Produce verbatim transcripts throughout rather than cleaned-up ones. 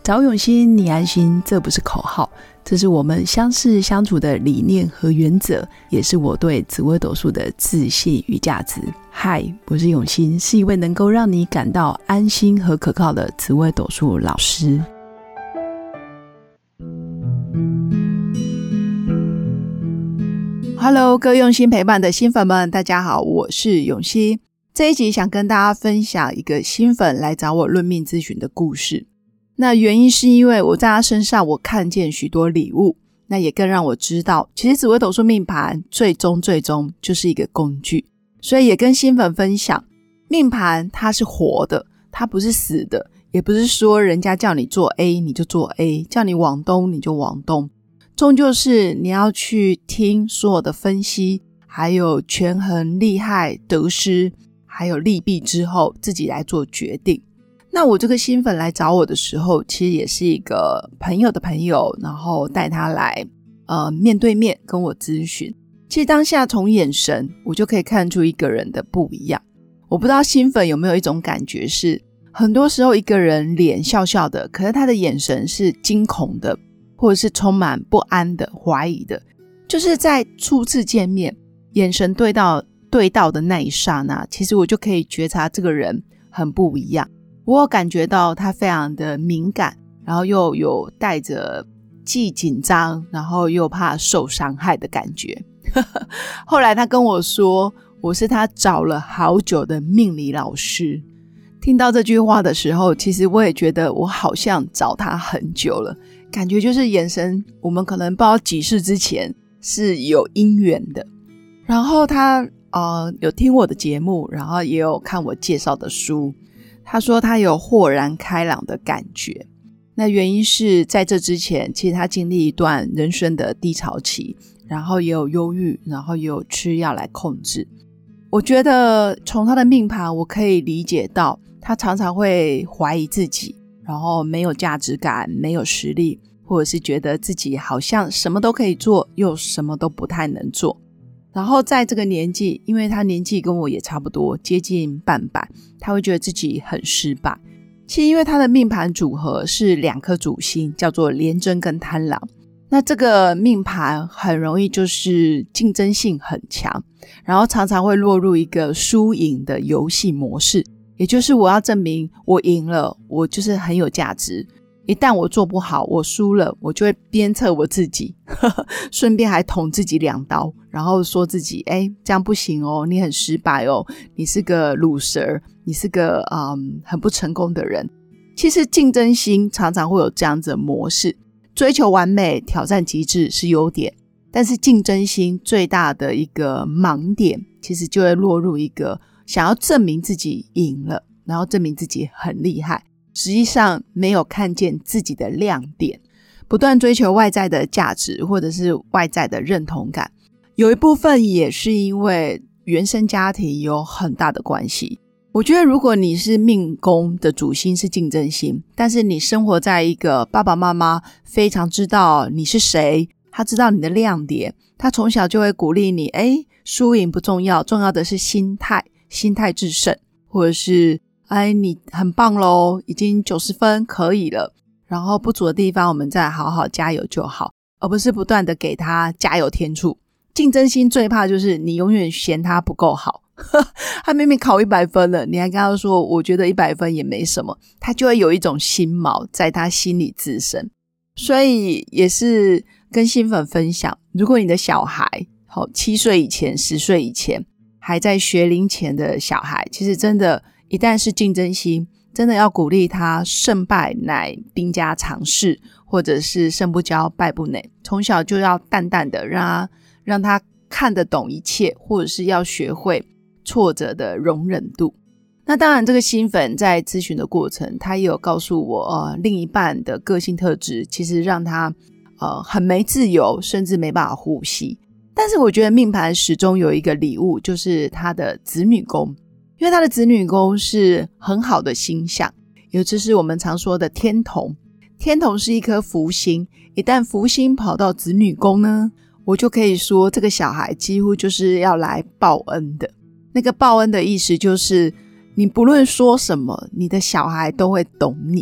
找永新，你安心，这不是口号，这是我们相识相处的理念和原则，也是我对紫微斗数的自信与价值。嗨，我是永新，是一位能够让你感到安心和可靠的紫微斗数老师。Hello， 各位用心陪伴的新粉们，大家好，我是永新。这一集想跟大家分享一个新粉来找我论命咨询的故事。那原因是因为我在他身上我看见许多礼物，那也更让我知道其实紫微斗数命盘最终最终就是一个工具，所以也跟新粉分享，命盘它是活的，它不是死的，也不是说人家叫你做 A 你就做 A， 叫你往东你就往东，终究是你要去听所有的分析，还有权衡利害得失，还有利弊之后自己来做决定。那我这个新粉来找我的时候，其实也是一个朋友的朋友，然后带他来呃面对面跟我咨询。其实当下从眼神我就可以看出一个人的不一样。我不知道新粉有没有一种感觉是，很多时候一个人脸笑笑的，可是他的眼神是惊恐的，或者是充满不安的、怀疑的。就是在初次见面眼神对到对到的那一刹那，其实我就可以觉察这个人很不一样。我有感觉到他非常的敏感，然后又有带着既紧张然后又怕受伤害的感觉后来他跟我说我是他找了好久的命理老师。听到这句话的时候，其实我也觉得我好像找他很久了，感觉就是眼神我们可能不知道几世之前是有姻缘的。然后他呃有听我的节目，然后也有看我介绍的书，他说他有豁然开朗的感觉。那原因是在这之前其实他经历一段人生的低潮期，然后也有忧郁，然后也有吃药来控制。我觉得从他的命盘我可以理解到他常常会怀疑自己，然后没有价值感，没有实力，或者是觉得自己好像什么都可以做又什么都不太能做。然后在这个年纪，因为他年纪跟我也差不多，接近半百，他会觉得自己很失败。其实因为他的命盘组合是两颗主星，叫做廉贞跟贪狼，那这个命盘很容易就是竞争性很强，然后常常会落入一个输赢的游戏模式，也就是我要证明我赢了，我就是很有价值，一旦我做不好，我输了，我就会鞭策我自己顺便还捅自己两刀，然后说自己诶这样不行哦，你很失败哦，你是个 loser， 你是个、嗯、很不成功的人。其实竞争心常常会有这样子的模式，追求完美挑战极致是优点，但是竞争心最大的一个盲点其实就会落入一个想要证明自己赢了，然后证明自己很厉害，实际上没有看见自己的亮点，不断追求外在的价值或者是外在的认同感。有一部分也是因为原生家庭有很大的关系。我觉得如果你是命宫的主星是竞争心，但是你生活在一个爸爸妈妈非常知道你是谁，他知道你的亮点，他从小就会鼓励你，诶输赢不重要，重要的是心态，心态制胜，或者是哎，你很棒咯，已经九十分可以了，然后不足的地方我们再好好加油就好，而不是不断的给他加油添醋。竞争心最怕就是你永远嫌他不够好他明明考一百分了，你还跟他说我觉得一百分也没什么，他就会有一种心锚在他心里滋生。所以也是跟新粉分享，如果你的小孩七岁以前十岁以前还在学龄前的小孩，其实真的一旦是竞争心，真的要鼓励他胜败乃兵家常事，或者是胜不骄败不馁，从小就要淡淡的让他让他看得懂一切，或者是要学会挫折的容忍度。那当然这个新粉在咨询的过程，他也有告诉我呃，另一半的个性特质其实让他呃很没自由，甚至没办法呼吸。但是我觉得命盘始终有一个礼物，就是他的子女宫，因为他的子女宫是很好的星象，尤其是我们常说的天同。天同是一颗福星，一旦福星跑到子女宫呢，我就可以说这个小孩几乎就是要来报恩的。那个报恩的意思就是你不论说什么，你的小孩都会懂你。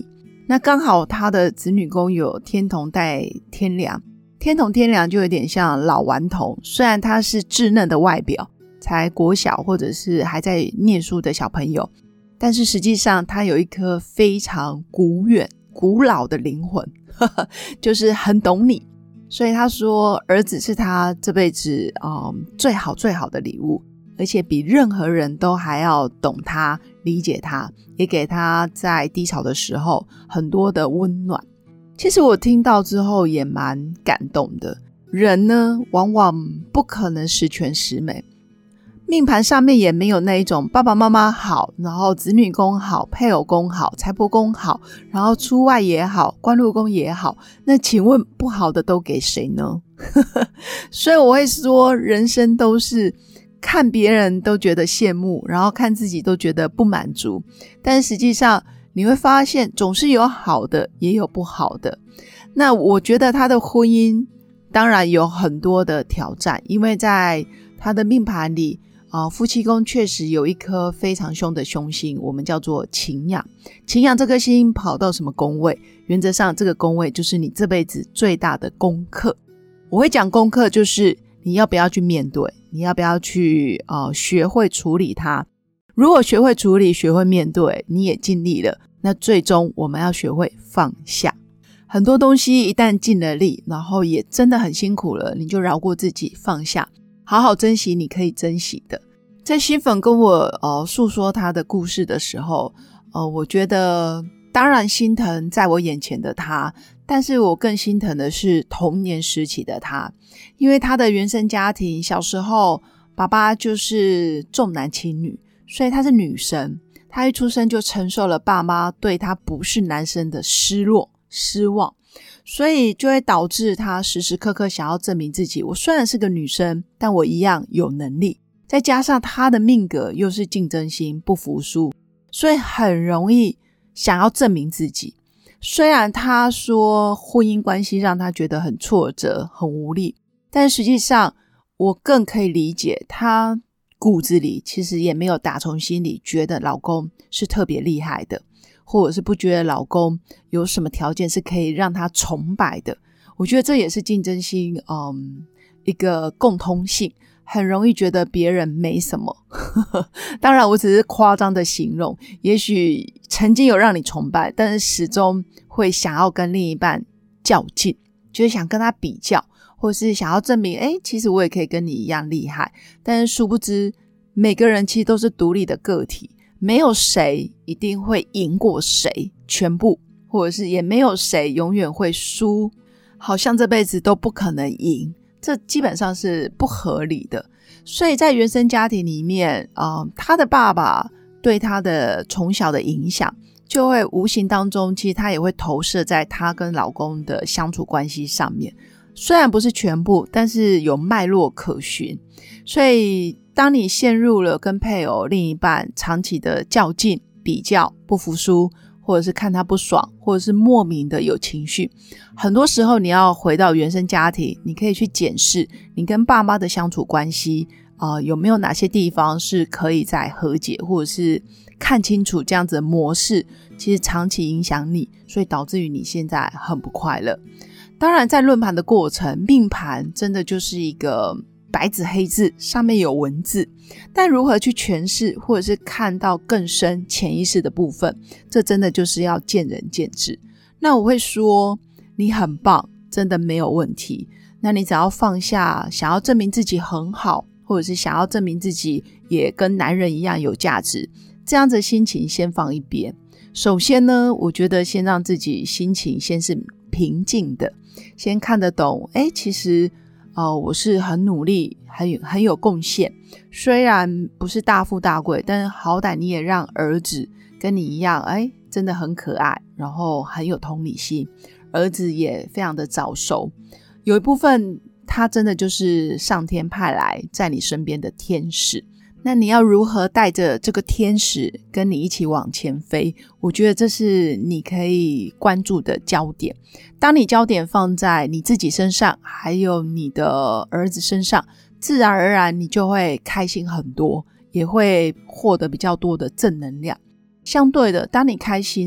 那刚好他的子女宫有天同带天梁，天同天梁就有点像老顽童，虽然他是稚嫩的外表，才国小或者是还在念书的小朋友，但是实际上他有一颗非常古远古老的灵魂，呵呵，就是很懂你。所以他说儿子是他这辈子、嗯、最好最好的礼物，而且比任何人都还要懂他理解他，也给他在低潮的时候很多的温暖。其实我听到之后也蛮感动的，人呢往往不可能十全十美，命盘上面也没有那一种爸爸妈妈好，然后子女宫好，配偶宫好，财帛宫好，然后出外也好，官禄宫也好，那请问不好的都给谁呢？所以我会说人生都是看别人都觉得羡慕，然后看自己都觉得不满足，但实际上你会发现总是有好的也有不好的。那我觉得他的婚姻当然有很多的挑战，因为在他的命盘里呃、夫妻宫确实有一颗非常凶的凶星，我们叫做擎羊。擎羊这颗星跑到什么宫位？原则上这个宫位就是你这辈子最大的功课。我会讲功课就是你要不要去面对，你要不要去、呃、学会处理它。如果学会处理，学会面对，你也尽力了，那最终我们要学会放下。很多东西一旦尽了力，然后也真的很辛苦了，你就饶过自己，放下，好好珍惜你可以珍惜的。在新粉跟我呃诉说他的故事的时候，呃，我觉得当然心疼在我眼前的他，但是我更心疼的是童年时期的他，因为他的原生家庭小时候爸爸就是重男轻女，所以他是女生，他一出生就承受了爸妈对他不是男生的失落失望，所以就会导致他时时刻刻想要证明自己，我虽然是个女生，但我一样有能力。再加上他的命格又是竞争心，不服输，所以很容易想要证明自己。虽然他说婚姻关系让他觉得很挫折很无力，但实际上我更可以理解他骨子里其实也没有打从心里觉得老公是特别厉害的，或者是不觉得老公有什么条件是可以让他崇拜的。我觉得这也是竞争心嗯一个共通性，很容易觉得别人没什么当然我只是夸张的形容，也许曾经有让你崇拜，但是始终会想要跟另一半较劲，就是想跟他比较，或是想要证明诶其实我也可以跟你一样厉害。但是殊不知每个人其实都是独立的个体，没有谁一定会赢过谁全部，或者是也没有谁永远会输，好像这辈子都不可能赢，这基本上是不合理的。所以在原生家庭里面、呃、他的爸爸对他的从小的影响就会无形当中其实他也会投射在他跟老公的相处关系上面，虽然不是全部，但是有脉络可循。所以当你陷入了跟配偶另一半长期的较劲比较不服输，或者是看他不爽，或者是莫名的有情绪，很多时候你要回到原生家庭，你可以去检视你跟爸妈的相处关系、呃、有没有哪些地方是可以再和解，或者是看清楚这样子的模式其实长期影响你，所以导致于你现在很不快乐。当然在论盘的过程，命盘真的就是一个白纸黑字，上面有文字，但如何去诠释或者是看到更深潜意识的部分，这真的就是要见仁见智。那我会说你很棒，真的没有问题，那你只要放下想要证明自己很好，或者是想要证明自己也跟男人一样有价值，这样子的心情先放一边。首先呢，我觉得先让自己心情先是平静的，先看得懂诶其实呃，我是很努力很有很有贡献，虽然不是大富大贵，但是好歹你也让儿子跟你一样诶真的很可爱，然后很有同理心，儿子也非常的早熟，有一部分他真的就是上天派来在你身边的天使。那你要如何带着这个天使跟你一起往前飞，我觉得这是你可以关注的焦点。当你焦点放在你自己身上还有你的儿子身上，自然而然你就会开心很多，也会获得比较多的正能量。相对的，当你开心了，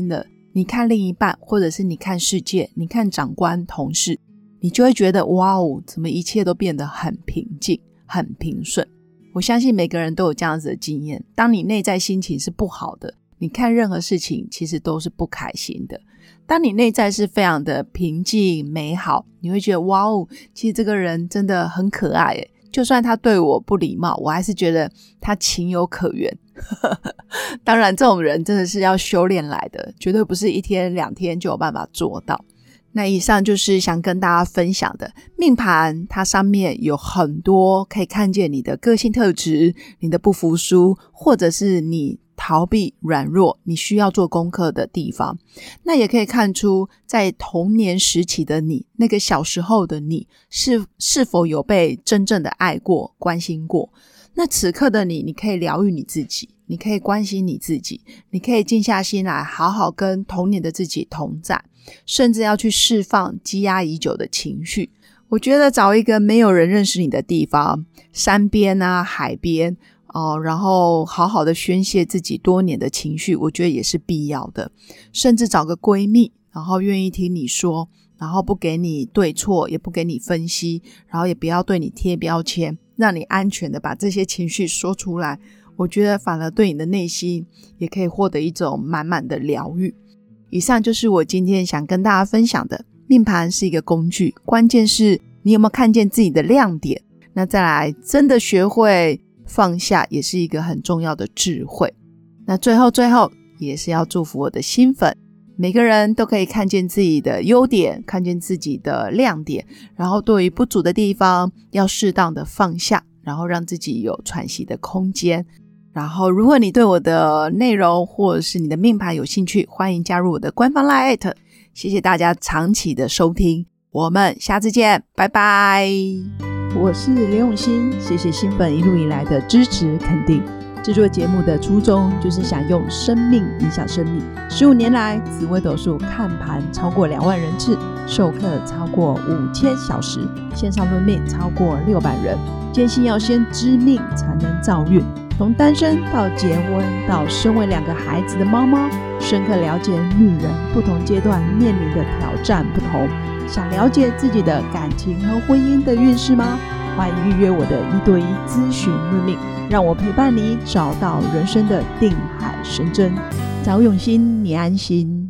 你看另一半，或者是你看世界，你看长官同事，你就会觉得哇哦，怎么一切都变得很平静很平顺。我相信每个人都有这样子的经验，当你内在心情是不好的，你看任何事情其实都是不开心的。当你内在是非常的平静美好，你会觉得哇哦，其实这个人真的很可爱耶，就算他对我不礼貌，我还是觉得他情有可原。当然这种人真的是要修炼来的，绝对不是一天两天就有办法做到。那以上就是想跟大家分享的命盘，它上面有很多可以看见你的个性特质，你的不服输，或者是你逃避软弱，你需要做功课的地方。那也可以看出在童年时期的你，那个小时候的你是是否有被真正的爱过关心过。那此刻的你，你可以疗愈你自己，你可以关心你自己，你可以静下心来好好跟童年的自己同在，甚至要去释放积压已久的情绪。我觉得找一个没有人认识你的地方，山边啊海边哦，然后好好的宣泄自己多年的情绪，我觉得也是必要的。甚至找个闺蜜，然后愿意听你说，然后不给你对错，也不给你分析，然后也不要对你贴标签，让你安全的把这些情绪说出来，我觉得反而对你的内心也可以获得一种满满的疗愈。以上就是我今天想跟大家分享的，命盘是一个工具，关键是你有没有看见自己的亮点。那再来真的学会放下，也是一个很重要的智慧。那最后最后也是要祝福我的新粉，每个人都可以看见自己的优点，看见自己的亮点，然后对于不足的地方要适当的放下，然后让自己有喘息的空间。然后如果你对我的内容或者是你的命盘有兴趣，欢迎加入我的官方 LINE。 谢谢大家长期的收听，我们下次见，拜拜。我是刘永新，谢谢新粉一路以来的支持肯定。制作节目的初衷就是想用生命影响生命。十五年来，紫微斗数看盘超过两万人次，授课超过五千小时，线上论命超过六百人。坚信要先知命才能造运，从单身到结婚到身为两个孩子的妈妈，深刻了解女人不同阶段面临的挑战不同。想了解自己的感情和婚姻的运势吗？欢迎预约我的一对一咨询论命，让我陪伴你找到人生的定海神针。找永新，你安心。